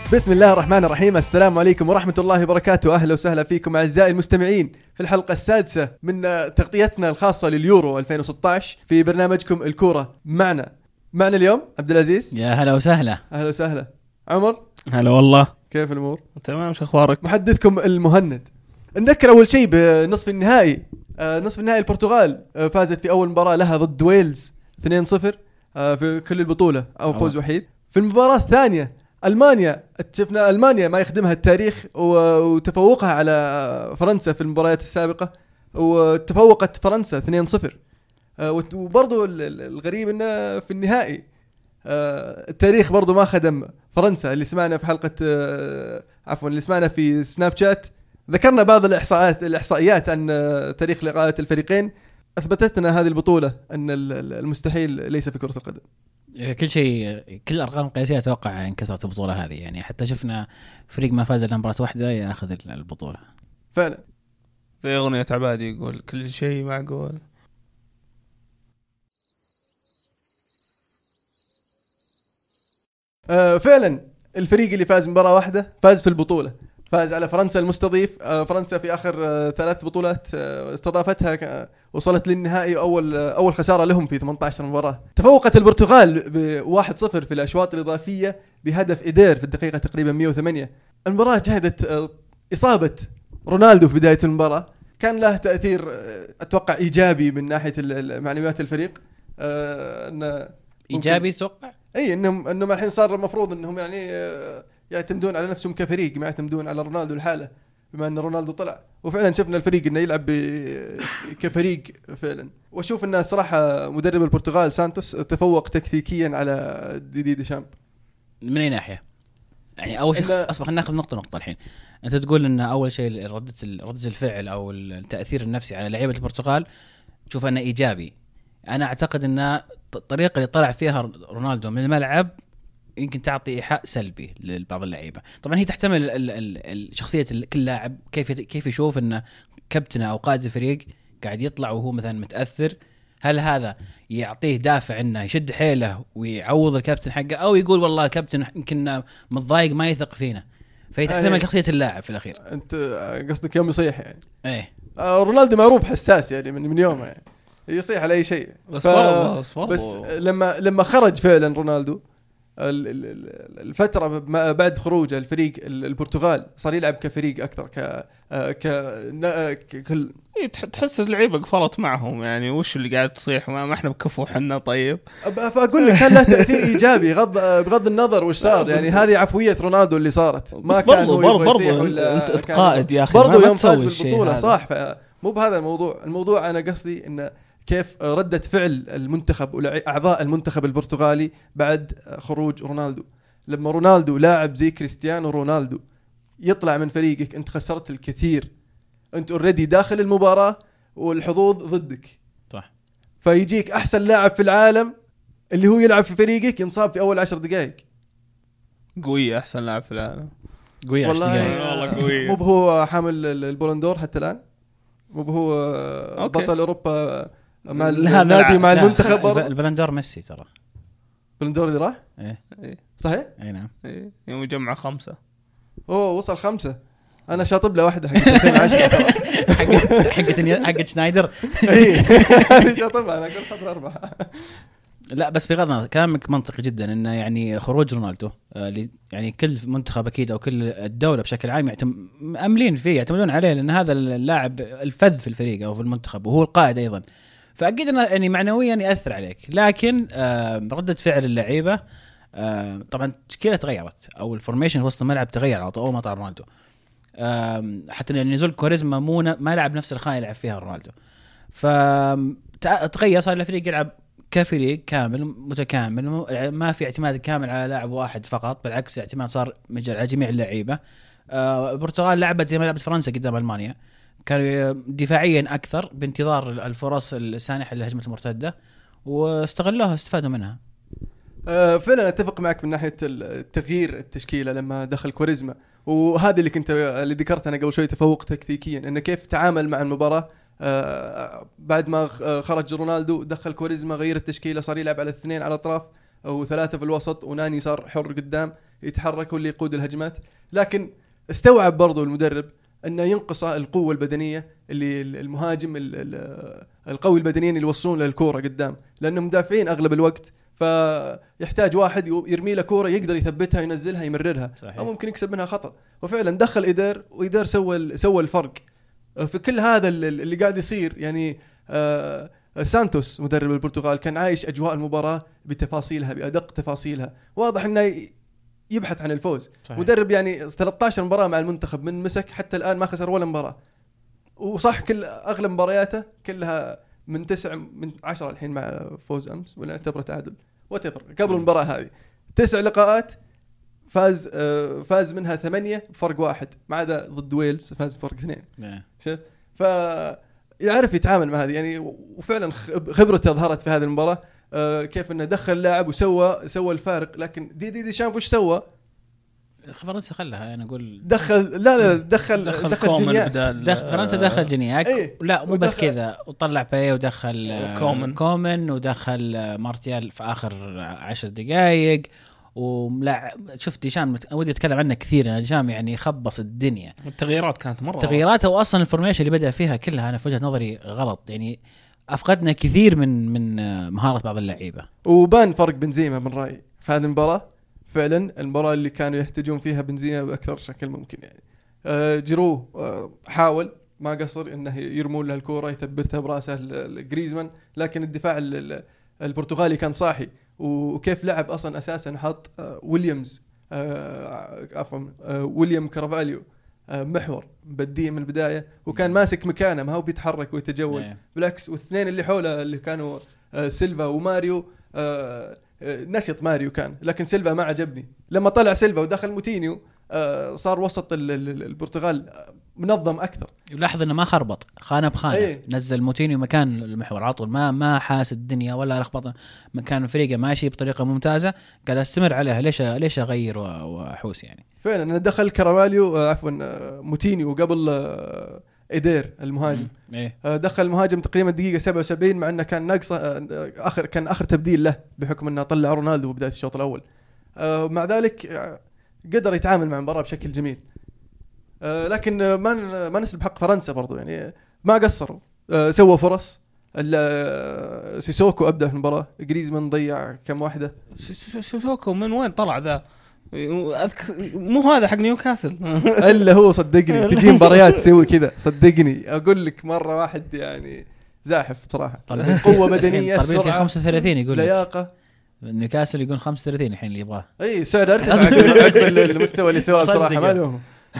بسم الله الرحمن الرحيم. السلام عليكم ورحمة الله وبركاته. أهلا وسهلا فيكم أعزائي المستمعين في الحلقة السادسة من تغطيتنا الخاصة لليورو 2016 في برنامجكم الكورة. معنا اليوم عبد العزيز. يا هلا وسهلا. أهلا وسهلا. عمر. هلا والله. كيف الأمور؟ تمام. شو أخبارك؟ محدثكم المهند. نذكر أول شيء بنصف النهائي. نصف النهائي البرتغال فازت في أول مباراة لها ضد ويلز 2-0 في كل البطولة أو فوز وحيد. في المباراة الثانية ألمانيا، شفنا ألمانيا ما يخدمها التاريخ وتفوقها على فرنسا في المباريات السابقة، وتفوقت فرنسا 2-0. وبرضو الغريب أنه في النهائي التاريخ برضو ما خدم فرنسا. اللي سمعنا في حلقة اللي سمعنا في سناب شات ذكرنا بعض الإحصائيات عن تاريخ لقاءات الفريقين أثبتت لنا هذه البطولة أن المستحيل ليس في كرة القدم. كل الأرقام القياسية أتوقع انكسرت البطولة هذه، يعني حتى شفنا فريق ما فاز إلا مباراة واحدة يأخذ البطولة فعلا. زي أغنية عبادي يقول كل شيء معقول. فعلا الفريق اللي فاز مباراة واحدة فاز في البطولة، فاز على فرنسا المستضيف. فرنسا في آخر 3 بطولات استضافتها وصلت للنهائي، أول خسارة لهم في 18 مباراة. تفوقت البرتغال ب1-0 في الأشواط الإضافية بهدف إيدير في الدقيقة تقريبا 108. المباراة جهدت إصابة رونالدو في بداية المباراة، كان له تأثير أتوقع إيجابي من ناحية معنويات الفريق. إيجابي تتوقع؟ أي إنهم الحين صار المفروض إنهم يعني يعتمدون على نفسهم كفريق، ما يعتمدون على رونالدو الحالة، بما أن رونالدو طلع. وفعلا شفنا الفريق إنه يلعب كفريق فعلا. وأشوف إنه صراحة مدرب البرتغال سانتوس تفوق تكتيكيا على دي شامب. من أي ناحية؟ يعني أول شيء أصبح ناخذ نقطة الحين. أنت تقول إن أول شيء ردة الفعل أو التأثير النفسي على لعيبة البرتغال تشوف أنه إيجابي. أنا أعتقد أن الطريقة اللي طلع فيها رونالدو من الملعب يمكن تعطي إيحاء سلبي لبعض اللعيبة. طبعا هي تحتمل الشخصية كل لاعب كيف يشوف إن كابتنه أو قائد الفريق قاعد يطلع وهو مثلا متأثر. هل هذا يعطيه دافع إنه يشد حيله ويعوض الكابتن حقه، أو يقول والله الكابتن يمكن متضايق ما يثق فينا. فهي تحتمل شخصية اللاعب في الأخير. أنت قصدك يوم يصيح يعني؟ إيه. رونالدو معروف حساس يعني من يومه يعني يصيح على أي شيء. بس لما خرج فعلا رونالدو الفترة بعد خروجه الفريق البرتغال صار يلعب كفريق أكثر كل تحس اللعيبة قفلت معهم يعني. وش اللي قاعد تصيح ما احنا بكفو حنا. طيب فأقول لك كان له تأثير إيجابي بغض النظر وش صار يعني. هذه عفوية رونالدو اللي صارت، ما كان هو يصيح ولا انت قائد يا أخي. برضو يوم فاز بالبطولة صح. مو بهذا الموضوع أنا قصدي إن كيف ردة فعل المنتخب وأعضاء المنتخب البرتغالي بعد خروج رونالدو. لما رونالدو لاعب زي كريستيانو رونالدو يطلع من فريقك، أنت خسرت الكثير، أنت أوريدي داخل المباراة والحظوظ ضدك صح. فيجيك أحسن لاعب في العالم اللي هو يلعب في فريقك ينصاب في أول 10 دقائق. قوية. أحسن لاعب في العالم قوية والله قوية. مو بهو حامل البولندور حتى الآن؟ مو بهو بطل أوروبا مع النادي مع المنتخب؟ البلندور ميسي ترى. البلندور اللي راح؟ ايه صحيح؟ اي نعم. ايه يوم جمع 5. وصل 5. انا شاطب له واحده حقت 2010 حقت شنايدر. اي شاطبها انا قلت حضر 4. لا بس بغض النظر كلامك منطقي جدا انه يعني خروج رونالدو يعني كل منتخب اكيد او كل الدوله بشكل عام املين فيه، يعتمدون عليه لان هذا اللاعب الفذ في الفريق او في المنتخب وهو القائد ايضا. فاكيد انه يعني معنويا ياثر عليك. لكن رده فعل اللعيبه طبعا التشكيله تغيرت او الفورميشن وسط الملعب تغير على طول ما طلع رونالدو. حتى نزول كوريزما ما لعب نفس الخانه اللي لعب فيها رونالدو، فتغير صار الفريق يلعب كفريق كامل متكامل، ما في اعتماد كامل على لاعب واحد فقط، بالعكس اعتماد صار على جميع اللعيبه. البرتغال لعبت زي ما لعبت فرنسا قدام ألمانيا، كانوا دفاعيا أكثر بانتظار الفرص السانحة للهجمة المرتدة واستغلوها استفادوا منها. فعلا أتفق معك من ناحية التغيير التشكيلة لما دخل كوريزما، وهذا اللي ذكرت أنا قبل شوي تفوق تكتيكيا أنه كيف تعامل مع المباراة. بعد ما خرج رونالدو دخل كوريزما غير التشكيلة، صار يلعب على 2 على الأطراف، وثلاثة في الوسط، وناني صار حر قدام يتحرك واللي يقود الهجمات. لكن استوعب برضو المدرب أنه ينقص القوة البدنية اللي المهاجم القوي البدنيا اللي يوصلون للكورة قدام، لأنه مدافعين أغلب الوقت، فيحتاج واحد يرمي له كورة يقدر يثبتها ينزلها يمررها، أو ممكن يكسب منها خطأ. وفعلا دخل إيدار سوى الفرق في كل هذا اللي قاعد يصير. يعني سانتوس مدرب البرتغال كان عايش أجواء المباراة بتفاصيلها، بأدق تفاصيلها، واضح أنه يبحث عن الفوز. صحيح. مدرب يعني 13 مباراة مع المنتخب من مسك حتى الآن ما خسر ولا مباراة، وصح كل أغلب مبارياته كلها من 9 من 10 الحين مع فوز أمس ولا اعتبره تعادل وتفر قبل المباراة هذه 9 لقاءات فاز منها 8 بفرق 1، ما عدا ضد ويلز فاز بفرق 2. فيعرف يتعامل مع هذه يعني، وفعلا خبرته ظهرت في هذه المباراة. كيف انه دخل لاعب وسوى الفارق. لكن دي شامب وش سوى؟ فرنسا خلها انا اقول دخل جينياك. فرنسا دخل جينياك. لا مو بس كذا، وطلع باي ودخل كومن ودخل مارتيال في اخر 10 دقائق. ولا شفت ديشام ودي اتكلم عنه كثير. ديشام يعني خبص الدنيا. التغييرات كانت مره تغييراته، واصلا الفورميشن اللي بدا فيها كلها انا في وجهه نظري غلط. يعني افقدنا كثير من مهاره بعض اللعيبه، وبان فرق بنزيما من رايي في هذه المباراه. فعلا المباراه اللي كانوا يحتاجون فيها بنزيما باكثر شكل ممكن. يعني جيرو حاول ما قصر انه يرمون له الكوره يثبتها براسه جريزمان، لكن الدفاع البرتغالي كان صاحي. وكيف لعب اصلا اساسا حط ويليام كارفاليو محور بديه من البدايه، وكان ماسك مكانه ما هو بيتحرك ويتجول. بالعكس، والاثنين اللي حوله اللي كانوا سيلفا وماريو، نشط ماريو كان، لكن سيلفا ما عجبني. لما طلع سيلفا ودخل موتينيو صار وسط البرتغال منظم اكثر. يلاحظ انه ما خربط خانه بخانه. نزل موتينيو مكان المحور عطول، ما حاس الدنيا ولا لخبطه. مكان فريقه ماشي بطريقه ممتازه، قال استمر عليها. ليش اغير واحوس يعني. فعلا انا دخل كارفاليو موتينيو قبل إيدير المهاجم. دخل المهاجم تقريبا دقيقة 77، مع أنه كان ناقص آخر تبديل له بحكم أنه طلع رونالدو بداية الشوط الأول. مع ذلك قدر يتعامل مع المباراة بشكل جميل. لكن ما نسلب حق فرنسا برضو، يعني ما قصروا. سووا فرص. سيسوكو أبدأ في المباراة، جريزمان ضيع كم واحدة. سيسوكو من وين طلع ذا؟ مو هذا حق نيوكاسل الا هو صدقني تجي مباريات تسوي كذا، صدقني اقول لك مره واحد يعني زاحف بصراحه. قوه بدنيه، سرعه 35 يقول لياقه. نيوكاسل يقول 35 الحين اللي يبغاه. اي سعر ارتفع عقب المستوى اللي سواه صراحه ما لهم.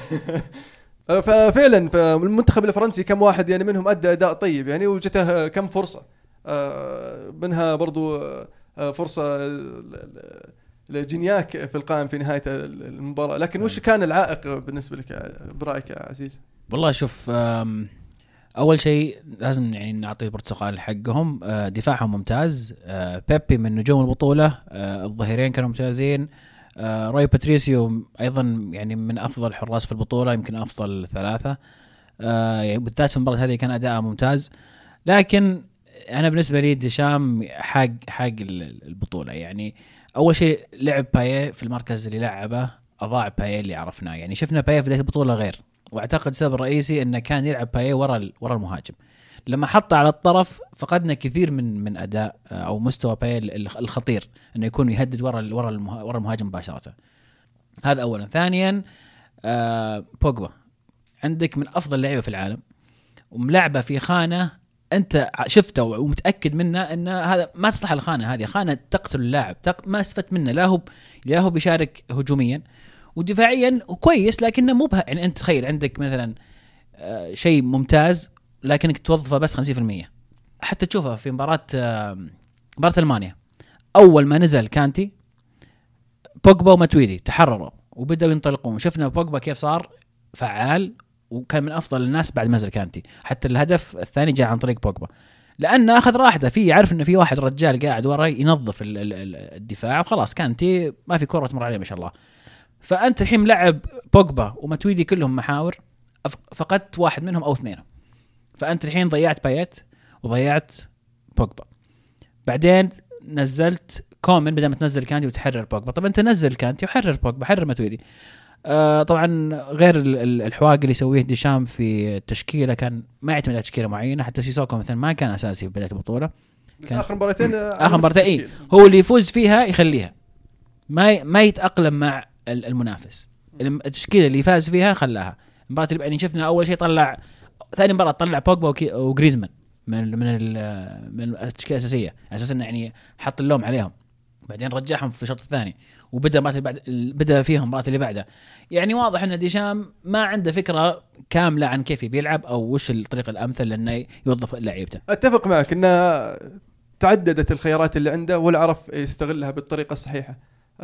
ففعلا المنتخب الفرنسي كم واحد يعني منهم ادى اداء طيب، يعني وجته كم فرصه، منها برضو فرصه لجينياك في القائم في نهاية المباراة. لكن وش كان العائق بالنسبة لك برأيك يا عزيز؟ والله شوف، أول شيء لازم يعني نعطي البرتغال حقهم. دفاعهم ممتاز. بيبي من نجوم البطولة. الظهيرين كانوا ممتازين. روي باتريسيو أيضا يعني من أفضل حراس في البطولة، يمكن أفضل 3. يعني بالذات في المباراة هذه كان أداء ممتاز. لكن أنا بالنسبة لي ديشام حق البطولة. يعني أول شيء لعب بايه في المركز اللي لعبه، أضاع بايه اللي عرفناه. يعني شفنا بايه في بداية البطولة غير، واعتقد السبب الرئيسي أنه كان يلعب بايه ورا المهاجم. لما حطه على الطرف فقدنا كثير من أداء أو مستوى بايه الخطير، أنه يكون يهدد ورا المهاجم مباشرة. هذا أولا. ثانيا بوجبا عندك من أفضل لعيبة في العالم، وملعبه في خانة أنت شفته ومتأكد منه أن هذا ما تصلح الخانة هذه، خانة تقتل اللاعب، ما استفدت منه. لا هو بيشارك هجوميا ودفاعيا وكويس، لكنه مو يعني أنت تخيل عندك مثلا شيء ممتاز لكنك توظفه بس 50%. حتى تشوفه في مباراة ألمانيا، أول ما نزل كانتي بوجبا وماتويدي تحرروا وبدأوا ينطلقون. شفنا بوجبا كيف صار فعال، وكان من أفضل الناس بعد ما نزل كانتي. حتى الهدف الثاني جاء عن طريق بوجبا، لأنه أخذ راحته فيه، يعرف إنه في واحد رجال قاعد ورا ينظف الدفاع، وخلاص كانتي ما في كرة تمر عليه ما شاء الله. فأنت الحين ملعب بوجبا وماتويدي كلهم محاور، فقدت واحد منهم أو 2. فأنت الحين ضيعت بايت وضيعت بوجبا. بعدين نزلت كومن بدل ما تنزل كانتي وتحرر بوجبا. طب انت نزل كانتي وحرر بوجبا، حرر ماتويدي. طبعا غير الحواق اللي يسويه ديشام في التشكيله، كان ما يعتمد على تشكيله معينه. حتى سيسوكو مثلا ما كان اساسي في بدايه البطوله، كان اخر مباراتين هو اللي يفوز فيها يخليها، ما يتاقلم مع المنافس. التشكيله اللي فاز فيها خلاها. المباراه اللي يعني شفنا اول شيء طلع، ثاني مباراه طلع بوجبا وغريزمان من التشكيله الاساسيه على اساس انه يعني حط اللوم عليهم، بعدين رجعهم في الشوط الثاني وبدا المباراه اللي بعد بدا فيهم المباراه اللي بعدها. يعني واضح ان ديشام ما عنده فكره كامله عن كيف بيلعب او وش الطريقه الامثل لانه يوظف لعيبته. اتفق معك ان تعددت الخيارات اللي عنده ولا عرف يستغلها بالطريقه الصحيحه.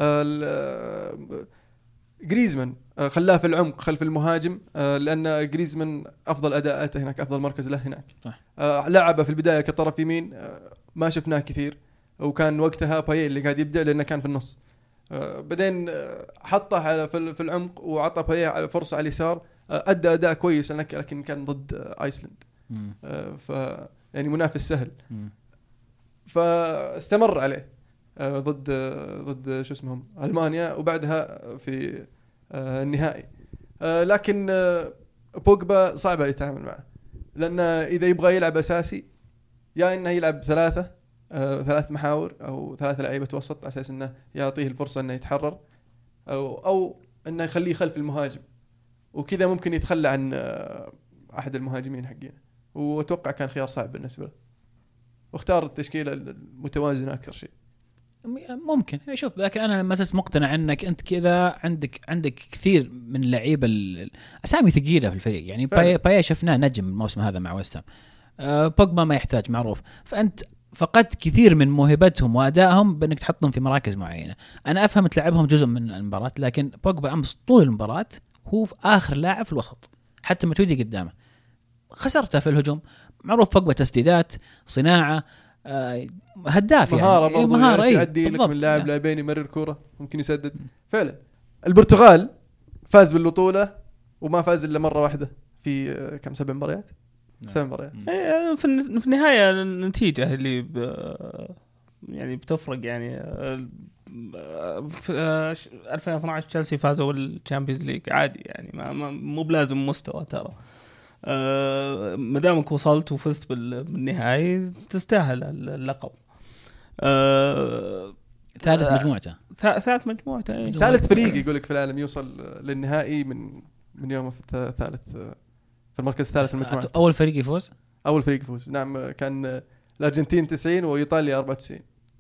غريزمان خلاه في العمق خلف المهاجم، لأن غريزمان أفضل أداءاته هناك، أفضل مركز له هناك. لعبه في البداية كطرف يمين، ما شفناه كثير، وكان وقتها باي اللي قاعد يبدأ لأنه كان في النص. بعدين حطه في العمق وعطى باي فرصة على اليسار، أدى أداء كويس لكن كان ضد آيسلند، يعني منافس سهل، فاستمر عليه ضد شو اسمهم ألمانيا، وبعدها في النهائي. لكن بوجبا صعب يتعامل معه، لأن إذا يبغى يلعب أساسي يا إنه يلعب ثلاث محاور أو 3 لعيبة وسط على أساس إنه يعطيه الفرصة إنه يتحرر، أو إنه يخليه خلف المهاجم، وكذا ممكن يتخلى عن أحد المهاجمين حقين. وأتوقع كان خيار صعب بالنسبة له، واختار التشكيلة المتوازنة أكثر شيء ممكن. شوف لكن انا ما زلت مقتنع انك انت كذا عندك كثير من اللعيبه اسامي ثقيله في الفريق. يعني باي شفناه نجم الموسم هذا مع ويست هام، بوجبا ما يحتاج معروف، فانت فقدت كثير من موهبتهم وادائهم بانك تحطهم في مراكز معينه. انا افهم تلعبهم جزء من المباراه، لكن بوجبا امس طول المباراه هو في اخر لاعب في الوسط، حتى متويدي قدامه خسرته في الهجوم. معروف بوجبا تسديدات، صناعه، هداف، يعني مهارة يعدي لك من لاعب لاعبين، يمرر كرة، ممكن يسدد فعلا. البرتغال فاز بالبطولة وما فاز إلا مرة واحدة في كم 7 مباريات. 7 مباريات في النهاية النتيجة اللي يعني بتفرق. يعني في 2012 تشيلسي فازوا بالتشامبيونز ليج عادي، يعني مو بلازم مستوى ترى. ما دامك وصلت وفزت بالنهائي تستاهل اللقب. ثالث مجموعته ثالث فريق يقولك في العالم يوصل للنهائي من يوم الثالث في المركز الثالث في المجموعة. أول فريق يفوز نعم، كان الأرجنتين 90 وإيطاليا 94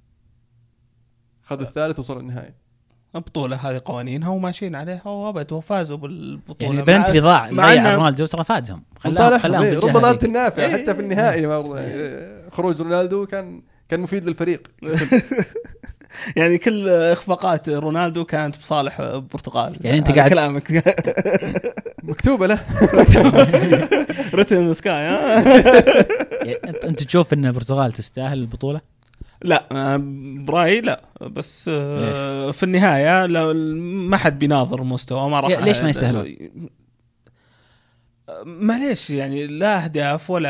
خذوا الثالث وصلوا النهائي. البطولة هذه قوانينها وماشيين عليها وابد وفازوا بالبطولة. يعني البلنتي اللي ضاع رونالدو ترى فادهم، خلاهم رب ضابط النافع حتى في النهائي. خروج رونالدو كان مفيد للفريق. يعني كل اخفاقات رونالدو كانت بصالح البرتغال. يعني انت قاعد كلامك مكتوبة له ريتن سكاي. انت تشوف ان البرتغال تستاهل البطولة؟ لا برأيي لا، بس في النهاية ما حد بيناظر مستوى، ما راح. ليش ما يستاهلون؟ معليش يعني لا أهداف ولا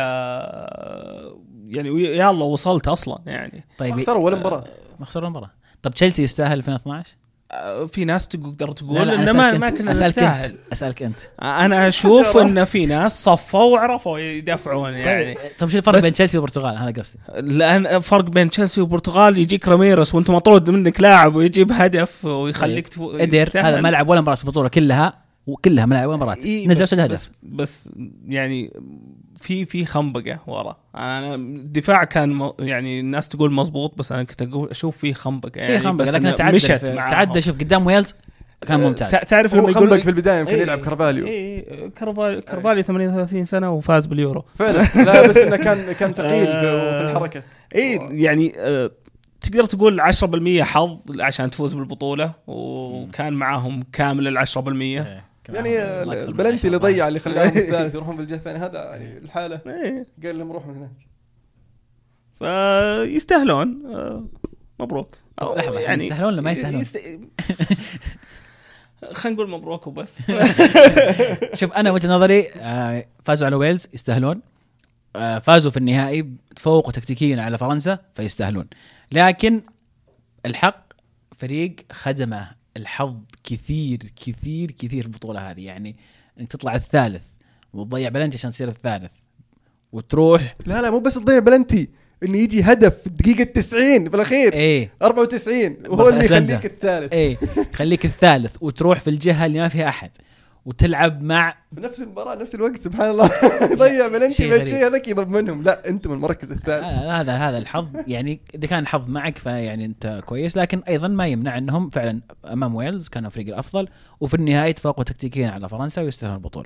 يعني يا الله وصلت أصلا يعني. طيب خسروا ولا مباراة. طب تشيلسي يستاهل 2012؟ في ناس تقدر تقول إن ما كنا نستاهل. أسألك أنت. أنا أشوف إن في ناس صفوا وعرفوا يدافعون يعني. طب شو الفرق بين تشيلسي والبرتغال؟ هذا قصدي. لأن فرق بين تشيلسي والبرتغال يجيك راميرس وأنت مطرود منك لاعب ويجيب هدف ويخليك هذا ما لعب ولا مباراة في البطولة كلها ما لعب ولا مباراة، نزل سجل هدف بس يعني في خنبقة ورا. أنا الدفاع كان يعني الناس تقول مزبوط، بس أنا كنت أشوف فيه خنبقة يعني. في خنبقة لكن تعدى شوف قدام ويلز كان ممتاز. تعرف لما يقول في البداية يمكن يلعب كارفاليو. كارفاليو 38 سنة وفاز باليورو فعلا. لا بس إنه كان ثقيل في الحركة. يعني تقدر تقول 10% حظ عشان تفوز بالبطولة، وكان معاهم كامل 10%. يعني البلنتي اللي ضيع اللي خلاهم الثالث يروحون في الجهة الثانية، هذا يعني الحالة قال لهم روحوا هناك. فيستاهلون. مبروك. يعني يستاهلون ولا ما يستاهلون؟ خلينا نقول مبروك وبس. شوف أنا وجهة نظري فازوا على ويلز يستاهلون، فازوا في النهائي تفوقوا تكتيكيا على فرنسا فيستاهلون، لكن الحق فريق خدمه الحظ كثير كثير كثير في البطولة هذه. يعني انك تطلع الثالث وتضيع بلنتي عشان تصير الثالث وتروح. لا مو بس تضيع بلنتي، انه يجي هدف في الدقيقة 90 في الاخير 94 وهو اللي يخليك الثالث. خليك الثالث وتروح في الجهة اللي ما فيها احد وتلعب مع بنفس المباراة نفس الوقت سبحان الله. ضيع بلنتي بشيء هذاك يضرب منهم، لا انتم المركز الثالث. هذا الحظ يعني اذا كان الحظ معك فيعني انت كويس، لكن ايضا ما يمنع انهم فعلا امام ويلز كانوا فريق الافضل وفي النهاية تفوقوا تكتيكيا على فرنسا ويستاهلون البطولة.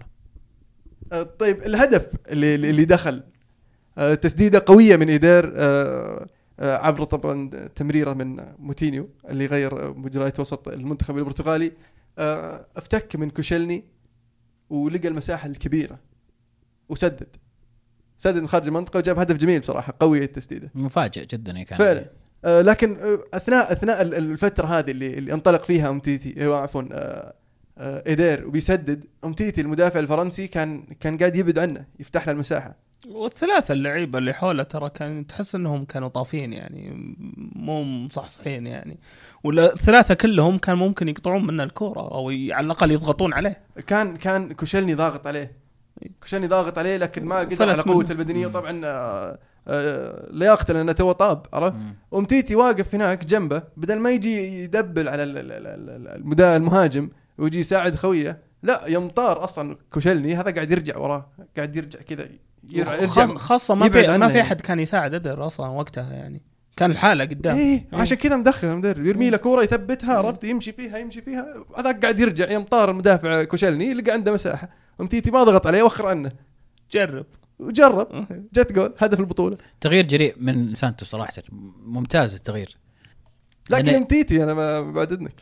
طيب الهدف اللي دخل تسديدة قوية من إيدير عبر طبعا تمريرة من موتينيو اللي غير مجريات وسط المنتخب البرتغالي. افتك من كوشيلني ولقى المساحة الكبيرة وسدد من خارج المنطقة وجاب هدف جميل بصراحة، قوية التسديدة، مفاجئ جدا كان فعلا. لكن أثناء الفترة هذه اللي انطلق فيها أمتيتي عفوا إيدير وبيسدد، أمتيتي المدافع الفرنسي كان قاعد يبعد عنه يفتح له المساحة. والثلاثة اللعيبة اللي حوله ترى كان تحس انهم كانوا طافين يعني مو مصحصحين يعني، ولا الثلاثة كلهم كان ممكن يقطعون منه الكرة او على الاقل يضغطون عليه. كان كوشيلني ضاغط عليه لكن ما قدر على قوة البدنية طبعا لياقته لأنه تو طاب عرف. ومتيتي واقف هناك جنبه بدل ما يجي يدبل على المهاجم ويجي يساعد خويه، لا يمطار اصلا كوشيلني هذا قاعد يرجع وراه، قاعد يرجع كذا خاصة ما في أحد كان يساعد أدر أصلا وقتها يعني، كان الحالة قدام عشان كذا مدخل المدرب يرمي له كورة يثبتها عرفت يمشي فيها هذا قاعد يرجع يمطار المدافع كوشيلني اللي عنده مساحة، ومتيتي ما ضغط عليه وخر عنه جرب جت جول هدف البطولة. تغيير جريء من سانتو صراحة، ممتاز التغيير. لكن أمتيتي أنا ما بعد إذنك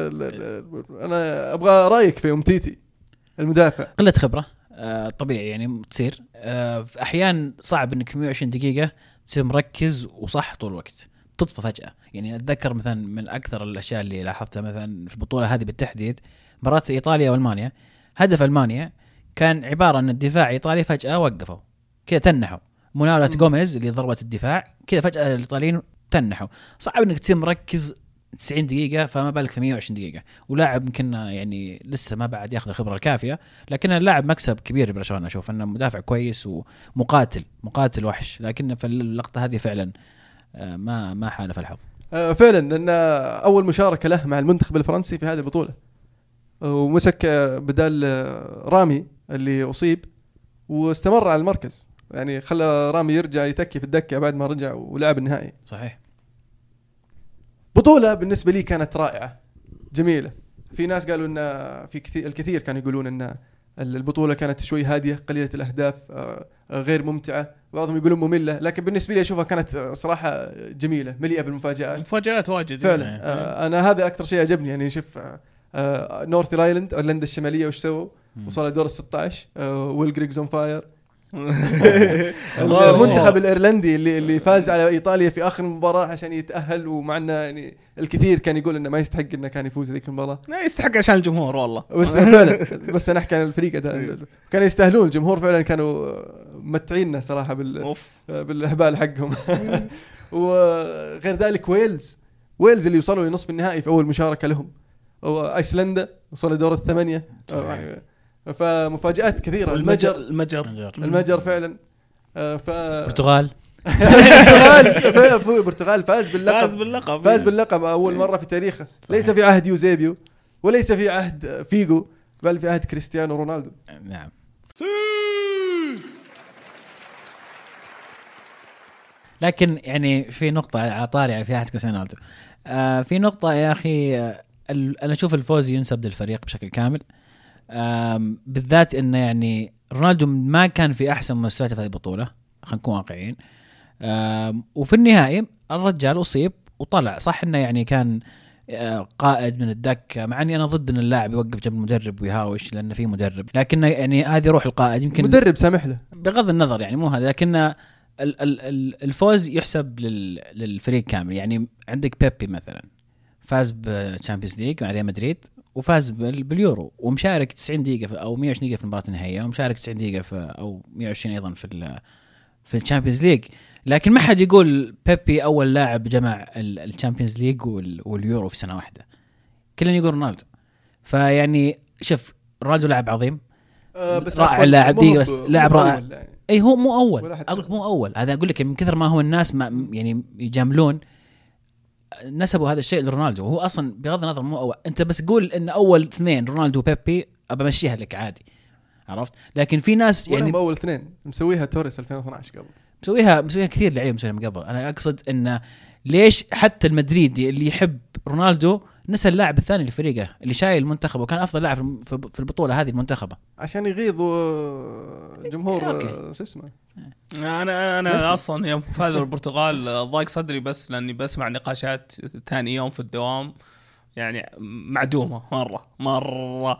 أنا أبغى رأيك في أمتيتي المدافع. قلة خبرة طبيعي يعني تصير في أحيان صعب إنك 120 دقيقة تصير مركز وصح طول الوقت، تطفى فجأة. يعني أتذكر مثلا من أكثر الأشياء اللي لاحظتها مثلا في البطولة هذه بالتحديد مباراة إيطاليا وألمانيا، هدف ألمانيا كان عبارة أن الدفاع الإيطالي فجأة وقفوا كذا تنحوا، مناولة غوميز اللي ضربت الدفاع كذا فجأة الإيطاليين تنحوا. صعب إنك تصير مركز 90 دقيقة فما بالك في 120 دقيقة، ولاعب يمكن يعني لسه ما بعد ياخذ الخبرة الكافية، لكن اللاعب مكسب كبير برشلونة. أشوف أنه مدافع كويس ومقاتل وحش، لكن في اللقطة هذه فعلا ما حالف الحظ فعلا، لأن أول مشاركة له مع المنتخب الفرنسي في هذه البطولة، ومسك بدال رامي اللي أصيب واستمر على المركز، يعني خلى رامي يرجع يتكي في الدكة بعد ما رجع ولعب النهائي. صحيح. بطولة بالنسبة لي كانت رائعة جميلة. في ناس قالوا إن الكثير كانوا يقولون إن البطولة كانت شوي هادية قليلة الأهداف غير ممتعة، بعضهم يقولون مملة، لكن بالنسبة لي أشوفها كانت صراحة جميلة مليئة بالمفاجآت. مفاجآت واجد فعلا. أنا هذا أكثر شيء عجبني، يعني شوف نورث ايلاند أيرلندا الشمالية وش سووا، وصلوا دور 16 ويل جريجز اون فاير. المنتخب الايرلندي اللي فاز على ايطاليا في اخر مباراه عشان يتاهل، ومع انه يعني الكثير كان يقول انه ما يستحق انه كان يفوز هذيك المباراه، لا يستحق عشان الجمهور والله. بس فعلا بس انا احكي عن الفريق ده كانوا يستاهلون، الجمهور فعلا كانوا متعيننا صراحه بالاهبال حقهم. وغير ذلك ويلز اللي وصلوا لنصف النهائي في اول مشاركه لهم، وايسلندا وصلوا دور الثمانية. فمفاجآت كثيرة. المجر فعلا. برتغال برتغال فاز باللقب أول مرة في تاريخه. صحيح. ليس في عهد يوزيبيو وليس في عهد فيجو، بل في عهد كريستيانو رونالدو. نعم. لكن يعني في نقطة على طارئة في عهد كريستيانو رونالدو، في نقطة يا أخي، أنا أشوف الفوز ينسب للفريق بشكل كامل، بالذات إنه يعني رونالدو ما كان في أحسن مستوياته في هذه البطولة، خلينا نكون واقعيين. وفي النهاية الرجال أصيب وطلع، صح إنه يعني كان قائد من الدكة، مع أني أنا ضد إن اللاعب يوقف جنب المدرب ويهاوش لأنه في مدرب، لكن يعني هذه روح القائد. يمكن مدرب سامح له بغض النظر يعني مو هذا، لكن الفوز يحسب للفريق كامل. يعني عندك بيبي مثلا فاز بالشامبيونز ليج مع ريال مدريد، وفاز باليورو، ومشارك 90 دقيقة أو 120 دقيقة في المباراة النهائية، ومشارك 90 دقيقة أو 120 أيضا في في الشامبيونز ليج، لكن ما حد يقول بيبي اول لاعب جمع الشامبيونز ليج واليورو في سنه واحده، كلنا يقول رونالدو. فيعني شوف رونالدو لاعب عظيم، بس رائع اللاعب دي، بس لاعب رائع. يعني. اي هو مو اول، اقول لك مو اول، هذا اقول لك من كثر ما هو الناس ما يعني يجاملون نسبوا هذا الشيء لرونالدو، وهو اصلا بغض النظر مو اول. انت بس قول ان اول اثنين رونالدو وبيبي ابى امشيها لك عادي، عرفت؟ لكن في ناس يعني اول اثنين مسويها توريس 2012 قبل، مسويها كثير لعيبه مسويها من قبل. انا اقصد انه ليش حتى المدريدي اللي يحب رونالدو نسى اللاعب الثاني لفريقه اللي شايل المنتخب وكان افضل لاعب في البطوله هذه المنتخبه، عشان يغيظوا جمهور اسمه. انا اصلا يوم فازوا البرتغال ضاق صدري، بس لاني بسمع نقاشات ثاني يوم في الدوام يعني معدومه مره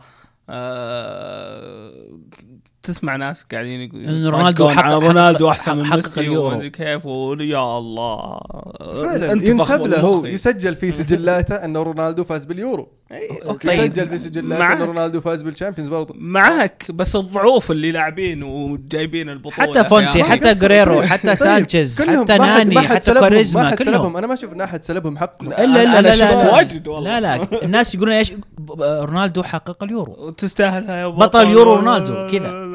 تسمع ناس قاعدين يقولون رونالدو احسن من ميسي ومدري كيف، ويا الله فعلا ينسب له، هو يسجل في سجلاته انه رونالدو فاز باليورو. اوكي يسجل في سجلاته انه رونالدو فاز بالشامبيونز برضه معك، بس الضعوف اللي لاعبين وجايبين البطوله حتى فونتي حتى غريرو حتى سانشيز حتى ناني حتى كاريزما كلهم، انا ما شفت احد سلبهم حق. انا شفت واجد والله. لا الناس يقولون ايش رونالدو حقق اليورو وتستاهل يا بطل يورو رونالدو كذا.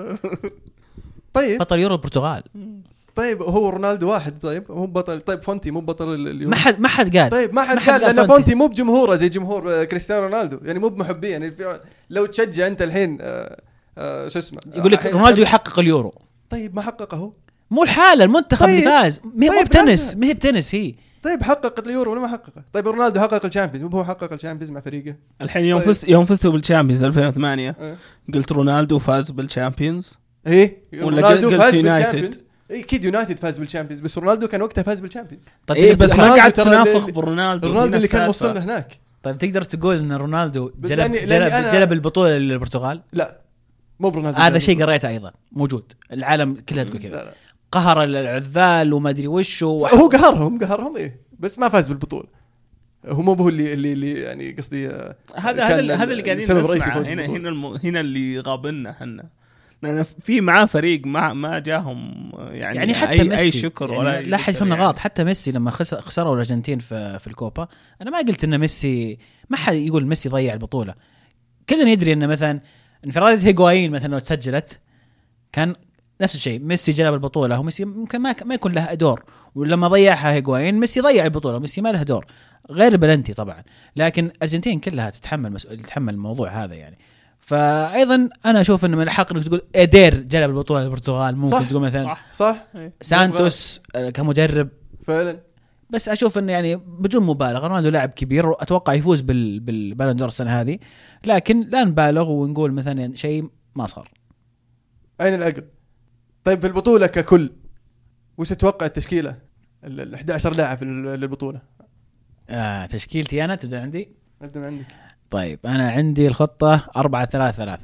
طيب بطل يورو البرتغال. طيب هو رونالدو واحد، طيب هو بطل. طيب فونتي مو بطل اليورو؟ ما حد قال. طيب ما حد قال لأن فونتي مو بجمهوره زي جمهور كريستيانو رونالدو، يعني مو بمحبين. يعني لو تشجع انت الحين شو اسمه يقول لك رونالدو يحقق اليورو، طيب ما حققه، مو الحالة المنتخب اللي فاز، مو بتنس، ما هي بتنس هي. طيب حقق اليورو ولا ما حققه؟ طيب رونالدو حقق الشامبيونز، مو هو حقق الشامبيونز مع فريقه الحين يوم فزتوا بالشامبيونز 2008 قلت رونالدو فاز بالشامبيونز ايه، رونالدو فاز بالشامبيونز. اي اكيد يونايتد فاز بالشامبيونز، بس رونالدو كان وقتها فاز بالشامبيونز. طيب إيه بس ما قاعد تنافق برونالدو اللي كان وصلنا هناك. طيب تقدر تقول ان رونالدو جلب البطولة للبرتغال؟ لا مو برونالدو، هذا شيء قريته ايضا موجود، العالم كلها تقول كذا، قهر العذال وما ادري وش هو قهرهم ايه، بس ما فاز بالبطولة. هو مو اللي يعني قصدي هذا اللي قاعدين نسمع هنا اللي غابنا احنا، لأن في معاه فريق ما جاهم يعني حتى أي شكر يعني ولا لا حد فهمنا غلط. حتى ميسي لما خسروا الأرجنتين في الكوبا، أنا ما قلت إن ميسي، ما حد يقول ميسي ضيع البطولة. كلنا يدري إن مثلا انفرادة هيغوايين مثلا لو تسجلت كان نفس الشيء، ميسي جلب البطولة، هو ميسي ممكن ما يكون له دور، ولما ضيعها هيغوايين ميسي ضيع البطولة، ميسي ما له دور غير بلنتي طبعا. لكن الأرجنتين كلها تتحمل الموضوع هذا يعني. فايضا انا اشوف انه من الحق انك تقول ادير جلب البطوله البرتغال، ممكن تقول مثلا صح سانتوس كمدرب فعلا. بس اشوف انه يعني بدون مبالغه رونالدو لاعب كبير واتوقع يفوز بالبالون دور السنه هذه، لكن لا نبالغ ونقول مثلا شيء ما صار. اين العقل؟ طيب في البطوله ككل وش تتوقع التشكيله ال 11 لاعب للبطوله؟ تشكيلتي انا تبدا عندي. عندك. طيب أنا عندي الخطة 4-3-3.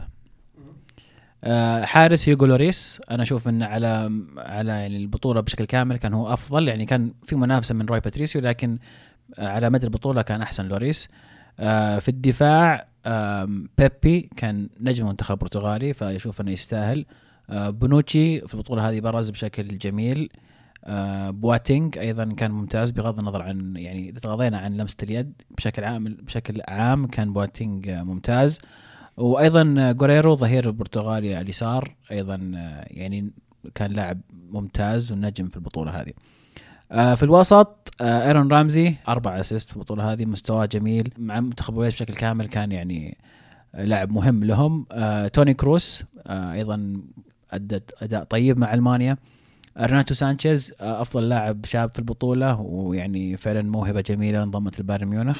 حارس هيغو لوريس، أنا أشوف إن على يعني البطولة بشكل كامل كان هو أفضل، يعني كان في منافسة من روي باتريسيو، لكن على مدى البطولة كان أحسن لوريس. في الدفاع بيبي كان نجم منتخب برتغالي، فيشوف إنه يستاهل. بونوتشي في البطولة هذه برز بشكل جميل. بواتينج أيضا كان ممتاز بغض النظر عن يعني تغاضينا عن لمسة اليد، بشكل عام كان بواتينج ممتاز. وأيضا غوريرو ظهير البرتغالي على اليسار أيضا يعني كان لاعب ممتاز ونجم في البطولة هذه. في الوسط ايرون رامزي 4 أسيست في البطولة هذه، مستواه جميل مع منتخب ويلز بشكل كامل، كان يعني لاعب مهم لهم. توني كروس أيضا أدت أداء طيب مع ألمانيا. ريناتو سانشيز أفضل لاعب شاب في البطولة، ويعني فعلا موهبة جميلة انضمت لبايرن ميونخ.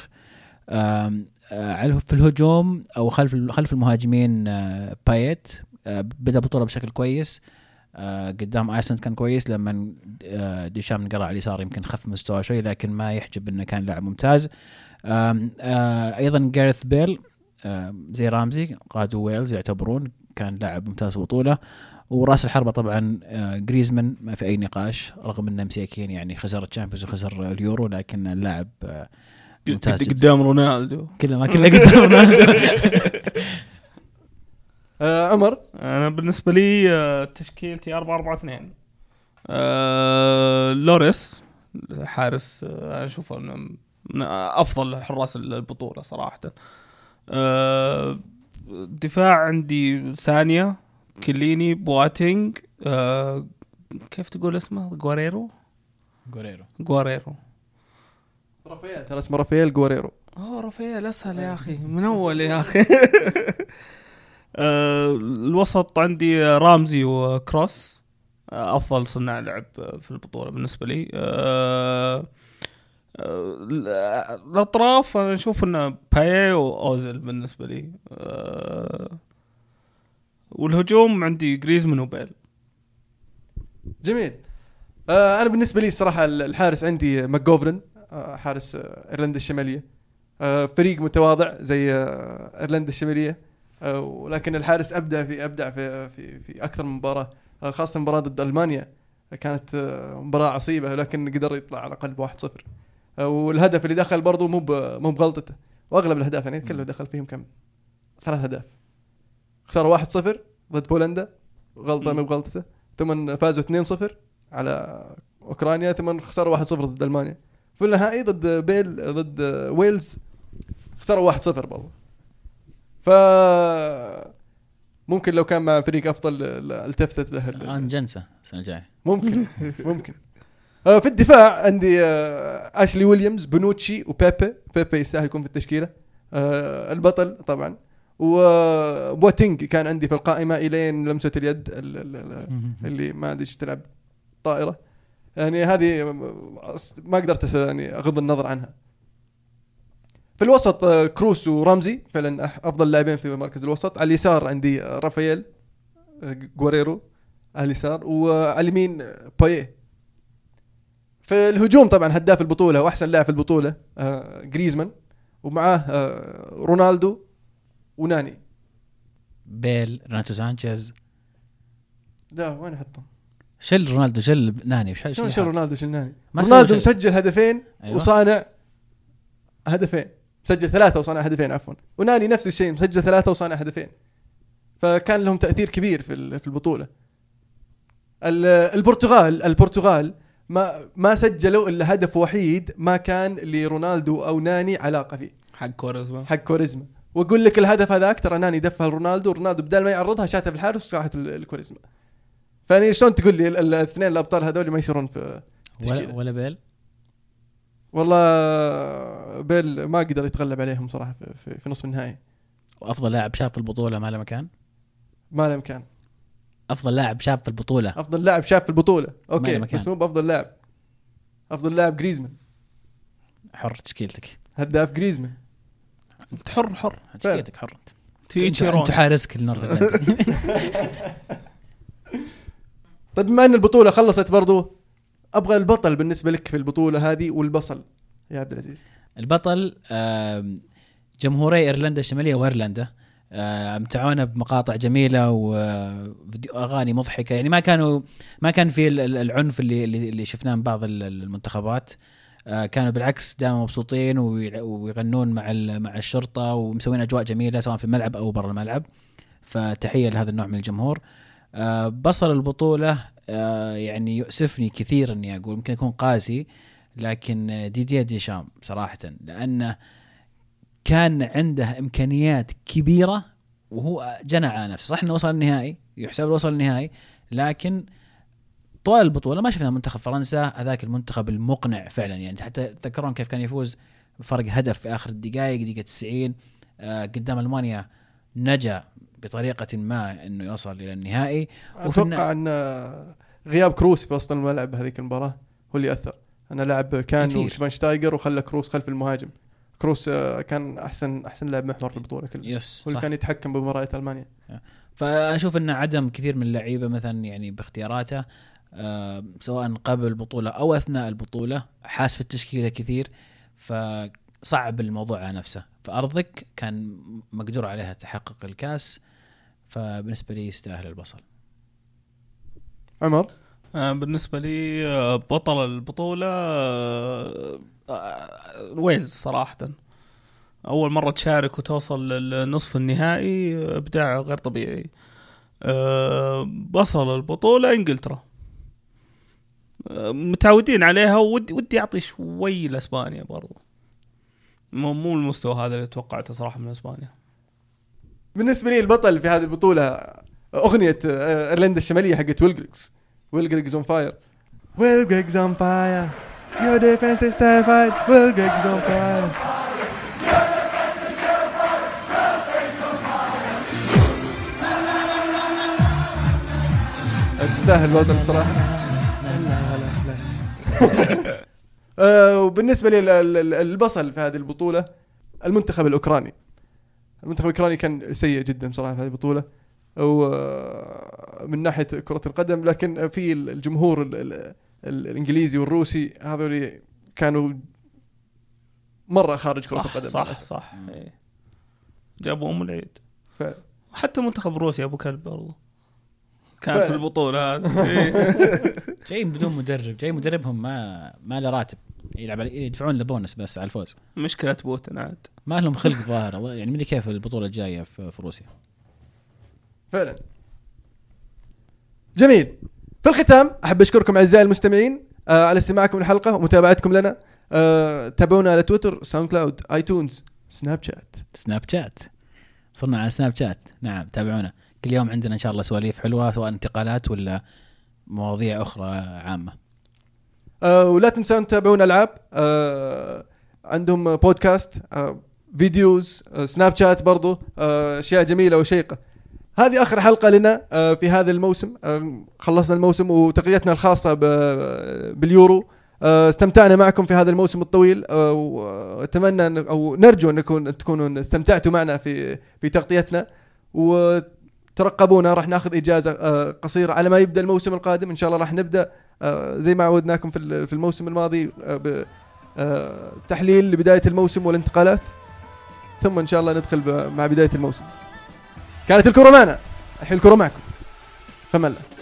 في الهجوم أو خلف المهاجمين بايت بدأ البطولة بشكل كويس، قدام آيسلند كان كويس، لما ديشام نقرأ على اليسار يمكن خف مستوى شوي، لكن ما يحجب أنه كان لاعب ممتاز. أيضا جاريث بيل زي رامزي قادوا ويلز يعتبرون كان لاعب ممتاز في البطولة. وراس الحربة طبعا غريزمان ما في أي نقاش، رغم أنه مساكين يعني خسر الشامبيونز وخسر اليورو، لكن اللاعب ممتاز قدام رونالدو، كله قدام رونالدو. عمر، أنا بالنسبة لي تشكيلتي 4-4-2. لوريس حارس اشوفه من افضل حراس البطوله صراحه. دفاع عندي ثانيه كليني بواتينغ كيف تقول اسمه غوريرو رافائيل، ترى اسمه رافائيل غوريرو. رافائيل اسهل يا اخي من اول يا اخي. الوسط عندي رامزي وكروس افضل صناع لعب في البطوله بالنسبه لي. الاطراف انا اشوف انه باي واوزيل بالنسبه لي. والهجوم عندي جريزمان وبيل. جميل. انا بالنسبه لي الصراحه الحارس عندي ماكغوفرن، حارس ايرلندا الشماليه. فريق متواضع زي ايرلندا الشماليه، ولكن الحارس ابدع في اكثر من مباراه، خاصه مباراه ضد المانيا كانت مباراه عصيبه، ولكن قدر يطلع على الاقل 1-0. والهدف اللي دخل برضو مو بغلطته، واغلب الاهداف يعني كله دخل فيهم كم 3 أهداف. خسروا 1-0 ضد بولندا، غلطه مو بغلطته، ثم فازوا 2-0 على اوكرانيا، ثم خسروا 1-0 ضد المانيا. في النهائي ضد ويلز خسروا 1-0 برضو. ف ممكن لو كان مع فريق افضل التفتت له جنسة السنه الجايه ممكن. في الدفاع عندي اشلي ويليامز، بونوتشي وبيبي يستاهل يكون في التشكيله. البطل طبعا. وبوتينج كان عندي في القائمه الين لمسه اليد اللي ما ادري ايش تلعب طائره، يعني هذه ما قدرت يعني اغض النظر عنها. في الوسط كروس ورمزي فعلا افضل لاعبين في مركز الوسط. على اليسار عندي رافائيل غوريرو على اليسار، وعلى اليمين بايه. في الهجوم طبعا هداف البطوله واحسن لاعب في البطوله جريزمان، ومعاه رونالدو وناني. بيل، ريناتو سانشيز. لا وين احطهم؟ شل رونالدو شل ناني. شل رونالدو شل ناني. رونالدو مسجل هدفين. أيوة. وصانع هدفين، مسجل 3 وصانع هدفين عفوا. وناني نفس الشيء، مسجل 3 وصانع هدفين. فكان لهم تأثير كبير في البطولة. البرتغال ما سجلوا إلا هدف وحيد ما كان لرونالدو أو ناني علاقة فيه، حق كوريزما. وأقول لك الهدف هذاك ترى ناني دفها رونالدو بدال ما يعرضها شاتها في الحارس وراحت الكوريزما. فاني شلون تقول لي الاثنين الابطال هذول ما يصيرون في ولا بيل؟ والله بيل ما قدر يتغلب عليهم صراحه في نصف النهائي. وافضل لاعب شاب في البطوله ما له مكان. افضل لاعب شاب في البطوله اوكي، بس مو بافضل لاعب. افضل لاعب جريزمان. حر تشكيلتك، هداف جريزمان. انت حر تشكيلتك حر. انت حارسك النهارده. طيب بما ان البطوله خلصت برضو، ابغى البطل بالنسبه لك في البطوله هذه والبصل يا عبد العزيز. البطل جمهوري ايرلندا الشماليه وايرلندا، امتعونا بمقاطع جميله واغاني مضحكه، يعني ما كان في العنف اللي شفناه من بعض المنتخبات. كانوا بالعكس دائما مبسوطين ويغنون مع الشرطه ومسوين اجواء جميله سواء في الملعب او برا الملعب. فتحيه لهذا النوع من الجمهور. بصل البطوله يعني يؤسفني كثير اني اقول، ممكن يكون قاسي، لكن ديدييه ديشام صراحه، لانه كان عنده امكانيات كبيره وهو جنى على نفسه. صح انه وصل النهائي، يحسب وصل النهائي، لكن طوال البطوله ما شفنا منتخب فرنسا هذاك المنتخب المقنع فعلا. يعني حتى تذكرون كيف كان يفوز بفرق هدف في اخر الدقائق، دقيقه 90 قدام المانيا، نجا بطريقه ما انه يوصل الى النهائي. اتوقع ان غياب كروس في وسط الملعب هذيك المباراه هو اللي اثر. انا لاعب كان وشفاينشتايجر وخلى كروس خلف المهاجم. كروس كان احسن لاعب محور في البطوله كلها، هو اللي كان يتحكم بمباريات المانيا. فانا اشوف ان عدم كثير من اللعيبه مثلا يعني باختياراته سواء قبل البطوله او اثناء البطوله حاس في التشكيله كثير، فصعب الموضوع على نفسه. فارضك كان مقدور عليها تحقق الكاس، فبالنسبه لي يستاهل البصل. عمر؟ بالنسبه لي بطل البطوله ويلز صراحه. اول مره تشارك وتوصل للنصف النهائي، ابداع غير طبيعي. بصل البطوله انجلترا. متعودين عليها، ودي اعطي شوي لاسبانيا برضو، مو المستوى هذا اللي توقعته صراحه من اسبانيا. بالنسبه لي البطل في هذه البطوله اغنيه ايرلندا الشماليه حقت ويل اون فاير. ويل اون فاير your defense is terrified ويل اون فاير. تستاهل البطل بصراحه. وبالنسبه للبصل في هذه البطوله المنتخب الاوكراني. المنتخب الاوكراني كان سيء جدا بصراحه في هذه البطوله، ومن ناحيه كره القدم، لكن في الجمهور الانجليزي والروسي هذول كانوا مره خارج كره القدم. صح جابوا العيد. حتى منتخب روسيا ابو كلب برضه كان في البطوله هذه. جاي بدون مدرب، جاي مدربهم ما له راتب، يدفعون له بونس بس على الفوز. مشكله بوتين عاد ما لهم خلق ظاهر، يعني مدري كيف البطوله الجايه في روسيا. فعلا جميل. في الختام احب اشكركم اعزائي المستمعين على استماعكم الحلقه ومتابعتكم لنا. تابعونا على تويتر، ساوند كلاود، ايتونز، سناب شات. صرنا على سناب شات. نعم تابعونا، كل يوم عندنا ان شاء الله سواليف حلوه، سواء انتقالات ولا مواضيع اخرى عامه. ولا تنسون تتابعون العاب، عندهم بودكاست، فيديوز، سناب شات برضو، اشياء جميله وشيقه. هذه اخر حلقه لنا في هذا الموسم. خلصنا الموسم وتغطيتنا الخاصه باليورو. استمتعنا معكم في هذا الموسم الطويل، واتمنى او نرجو ان تكونوا استمتعتوا معنا في تغطيتنا. وترقبونا، راح ناخذ اجازه قصيره على ما يبدا الموسم القادم. ان شاء الله راح نبدا زي ما عودناكم في الموسم الماضي بتحليل لبدايه الموسم والانتقالات، ثم ان شاء الله ندخل مع بدايه الموسم. كانت الكرة معنا، الحين الكرة معكم. فمن الله.